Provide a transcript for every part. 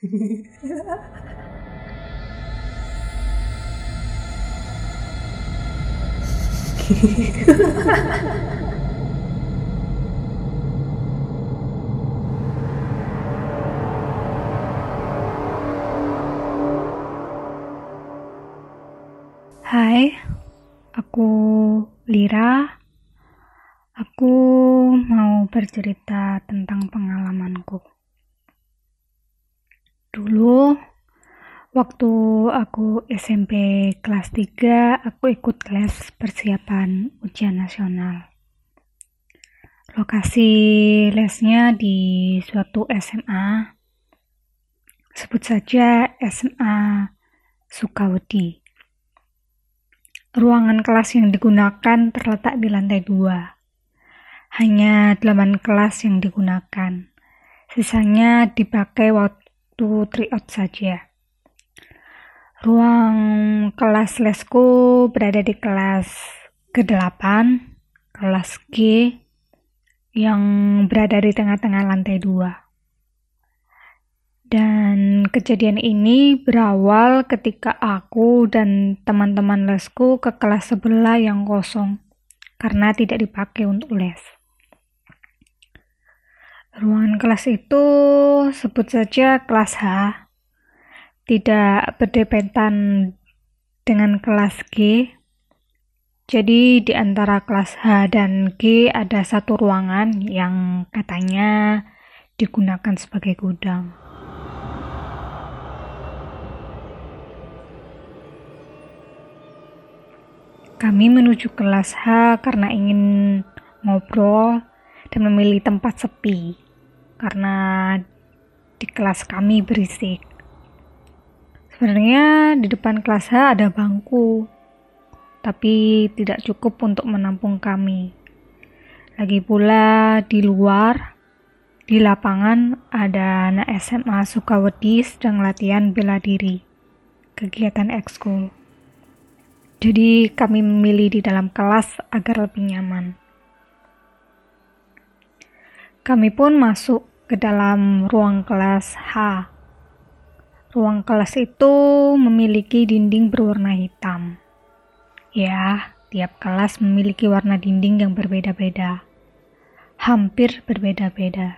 Hai, aku Lira. Aku mau bercerita tentang pengalamanku. Dulu, waktu aku SMP kelas 3, aku ikut les persiapan ujian nasional. Lokasi lesnya di suatu SMA, sebut saja SMA Sukawati. Ruangan kelas yang digunakan terletak di lantai 2. Hanya 8 kelas yang digunakan. Sisanya dipakai waktu tryout saja. Ruang kelas lesku berada di kelas ke-8, kelas G, yang berada di tengah-tengah lantai 2. Dan kejadian ini berawal ketika aku dan teman-teman lesku ke kelas sebelah yang kosong, karena tidak dipakai untuk les. Ruangan kelas itu sebut saja kelas H, tidak berdempetan dengan kelas G. Jadi di antara kelas H dan G ada satu ruangan yang katanya digunakan sebagai gudang. Kami menuju kelas H karena ingin ngobrol dan memilih tempat sepi, karena di kelas kami berisik. Sebenarnya di depan kelas H ada bangku, tapi tidak cukup untuk menampung kami. Lagi pula di luar, di lapangan ada anak SMA Sukawati sedang latihan bela diri, kegiatan ekskul. Jadi kami memilih di dalam kelas agar lebih nyaman. Kami pun masuk ke dalam ruang kelas H. Ruang kelas itu memiliki dinding berwarna hitam. Ya, tiap kelas memiliki warna dinding yang berbeda-beda. Hampir berbeda-beda.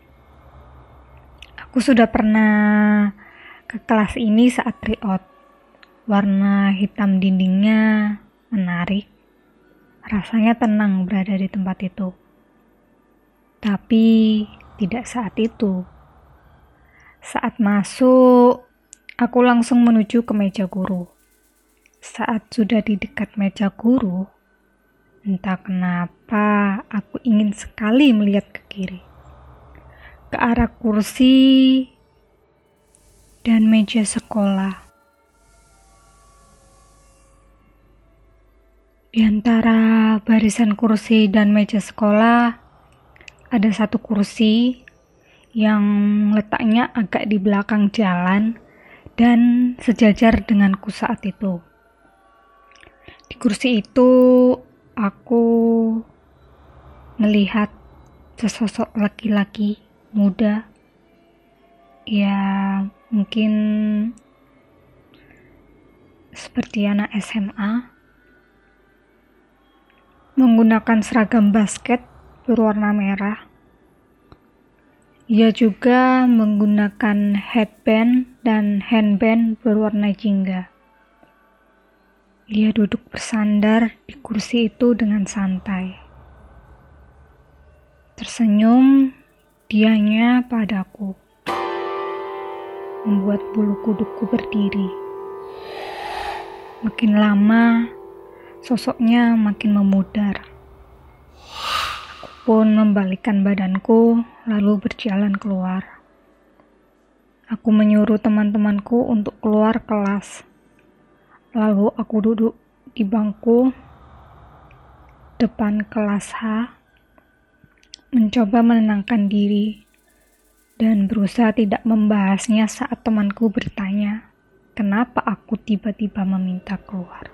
Aku sudah pernah ke kelas ini saat tryout. Warna hitam dindingnya menarik. Rasanya tenang berada di tempat itu. Tapi tidak saat itu. Saat masuk, aku langsung menuju ke meja guru. Saat sudah di dekat meja guru, entah kenapa aku ingin sekali melihat ke kiri, ke arah kursi dan meja sekolah. Di antara barisan kursi dan meja sekolah, ada satu kursi yang letaknya agak di belakang jalan dan sejajar denganku saat itu. Di kursi itu, aku melihat sesosok laki-laki muda, ya mungkin seperti anak SMA, menggunakan seragam basket berwarna merah. Ia juga menggunakan headband dan handband berwarna jingga. Ia duduk bersandar di kursi itu dengan santai. Tersenyum dianya padaku, membuat bulu kudukku berdiri. Makin lama, sosoknya makin memudar. Aku pun membalikkan badanku, lalu berjalan keluar. Aku menyuruh teman-temanku untuk keluar kelas. Lalu aku duduk di bangku depan kelas H, mencoba menenangkan diri, dan berusaha tidak membahasnya saat temanku bertanya, kenapa aku tiba-tiba meminta keluar.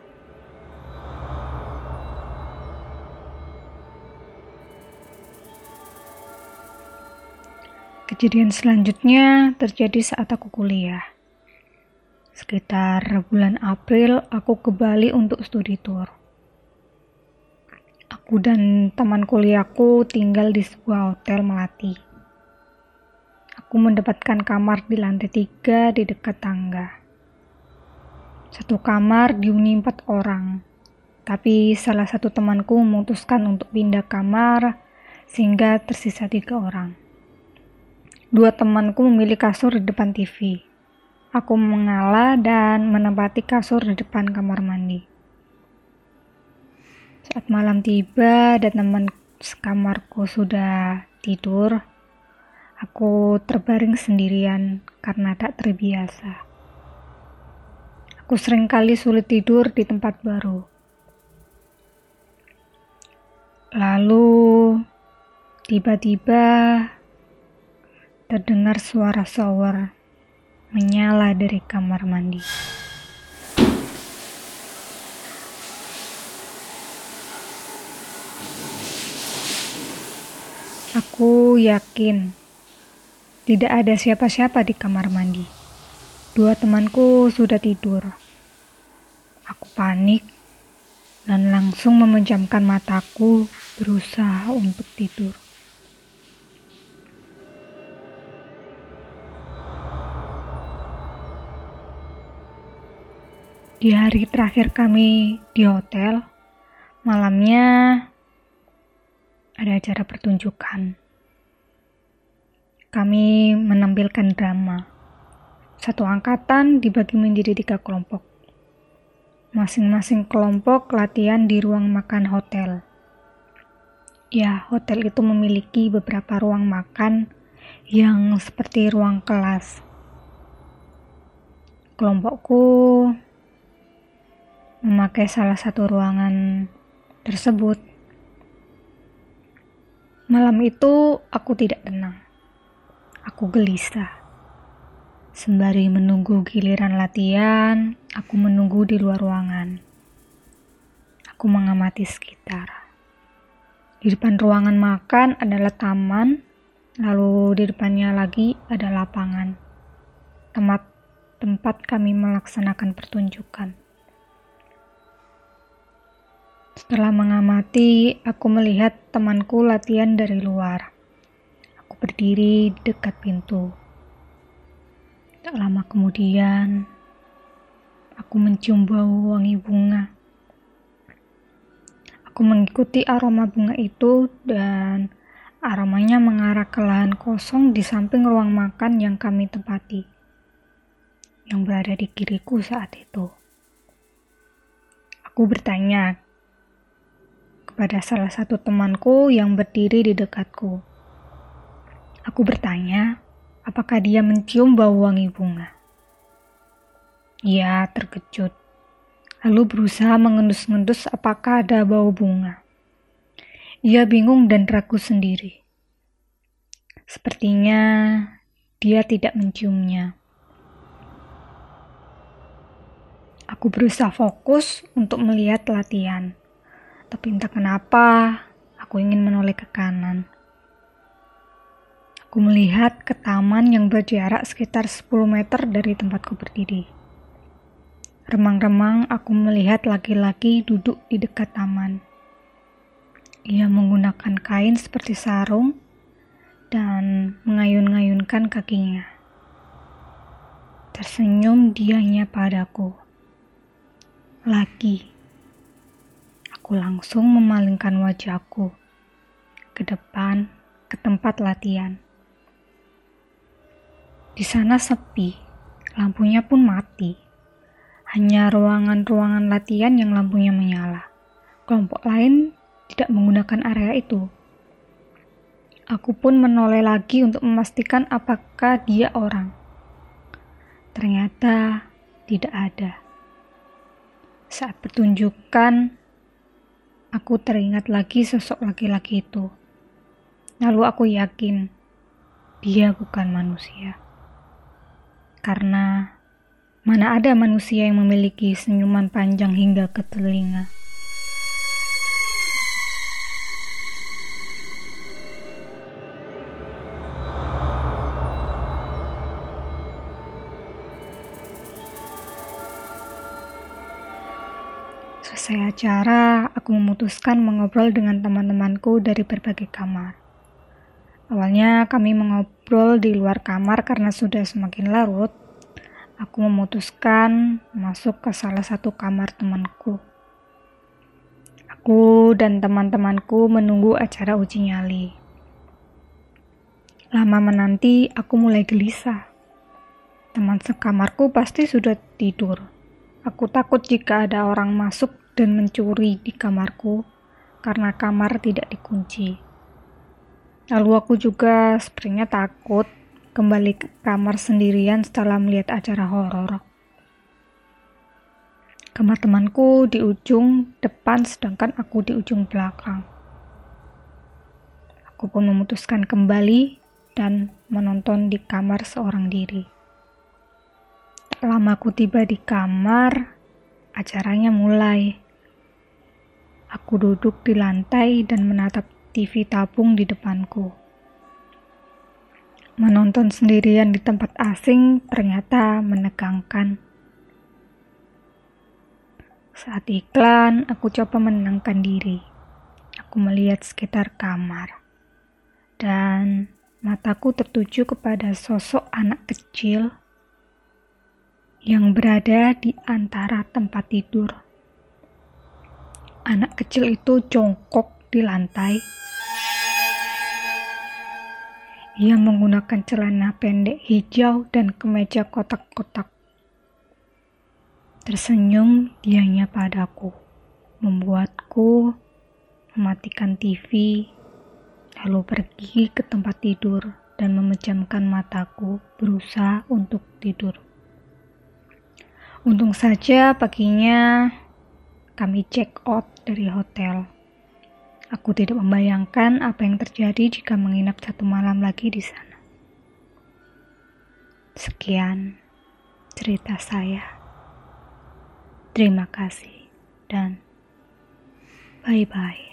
Kejadian selanjutnya terjadi saat aku kuliah. Sekitar bulan April, aku ke Bali untuk studi tour. Aku dan teman kuliahku tinggal di sebuah hotel Melati. Aku mendapatkan kamar di lantai 3 di dekat tangga. Satu kamar dihuni 4 orang. Tapi salah satu temanku memutuskan untuk pindah kamar sehingga tersisa 3 orang. 2 temanku memilih kasur di depan TV. Aku mengalah dan menempati kasur di depan kamar mandi. Saat malam tiba dan teman sekamarku sudah tidur, aku terbaring sendirian karena tak terbiasa. Aku seringkali sulit tidur di tempat baru. Lalu, tiba-tiba terdengar suara shower menyala dari kamar mandi. Aku yakin tidak ada siapa-siapa di kamar mandi. 2 temanku sudah tidur. Aku panik dan langsung memejamkan mataku, berusaha untuk tidur. Di hari terakhir kami di hotel, malamnya ada acara pertunjukan. Kami menampilkan drama. Satu angkatan dibagi menjadi 3 kelompok. Masing-masing kelompok latihan di ruang makan hotel. Ya, hotel itu memiliki beberapa ruang makan yang seperti ruang kelas. Kelompokku memakai salah satu ruangan tersebut. Malam itu aku tidak tenang. Aku gelisah. Sembari menunggu giliran latihan, aku menunggu di luar ruangan. Aku mengamati sekitar. Di depan ruangan makan adalah taman, lalu di depannya lagi ada lapangan. Tempat kami melaksanakan pertunjukan. Setelah mengamati, aku melihat temanku latihan dari luar. Aku berdiri di dekat pintu. Tak lama kemudian, aku mencium bau wangi bunga. Aku mengikuti aroma bunga itu dan aromanya mengarah ke lahan kosong di samping ruang makan yang kami tempati, yang berada di kiriku saat itu. Aku bertanya kepada salah satu temanku yang berdiri di dekatku. Aku bertanya, apakah dia mencium bau wangi bunga? Ia terkejut, lalu berusaha mengendus-ngendus apakah ada bau bunga. Ia bingung dan ragu sendiri. Sepertinya dia tidak menciumnya. Aku berusaha fokus untuk melihat latihan. Tapi entah kenapa, aku ingin menoleh ke kanan. Aku melihat ke taman yang berjarak sekitar 10 meter dari tempatku berdiri. Remang-remang aku melihat laki-laki duduk di dekat taman. Ia menggunakan kain seperti sarung dan mengayun-ngayunkan kakinya. Tersenyum dianya padaku. Lagi. Aku langsung memalingkan wajahku ke depan, ke tempat latihan. Di sana sepi, lampunya pun mati. Hanya ruangan-ruangan latihan yang lampunya menyala. Kelompok lain tidak menggunakan area itu. Aku pun menoleh lagi untuk memastikan apakah dia orang. Ternyata tidak ada. Saat pertunjukan, aku teringat lagi sosok laki-laki itu. Lalu aku yakin dia bukan manusia. Karena mana ada manusia yang memiliki senyuman panjang hingga ke telinga. Selesai acara, aku memutuskan mengobrol dengan teman-temanku dari berbagai kamar. Awalnya kami mengobrol di luar kamar karena sudah semakin larut. Aku memutuskan masuk ke salah satu kamar temanku. Aku dan teman-temanku menunggu acara uji nyali. Lama menanti, aku mulai gelisah. Teman sekamarku pasti sudah tidur. Aku takut jika ada orang masuk dan mencuri di kamarku karena kamar tidak dikunci. Lalu aku juga sepertinya takut kembali ke kamar sendirian setelah melihat acara horor. Kamar temanku di ujung depan sedangkan aku di ujung belakang. Aku pun memutuskan kembali dan menonton di kamar seorang diri. Tak lama aku tiba di kamar, acaranya mulai. Aku duduk di lantai dan menatap TV tabung di depanku. Menonton sendirian di tempat asing ternyata menegangkan. Saat iklan, aku coba menenangkan diri. Aku melihat sekitar kamar. Dan mataku tertuju kepada sosok anak kecil yang berada di antara tempat tidur. Anak kecil itu jongkok di lantai. Ia menggunakan celana pendek hijau dan kemeja kotak-kotak. Tersenyum dianya padaku, membuatku mematikan TV, lalu pergi ke tempat tidur dan memejamkan mataku berusaha untuk tidur. Untung saja paginya kami check out dari hotel. Aku tidak membayangkan apa yang terjadi jika menginap 1 malam lagi di sana. Sekian cerita saya. Terima kasih dan bye-bye.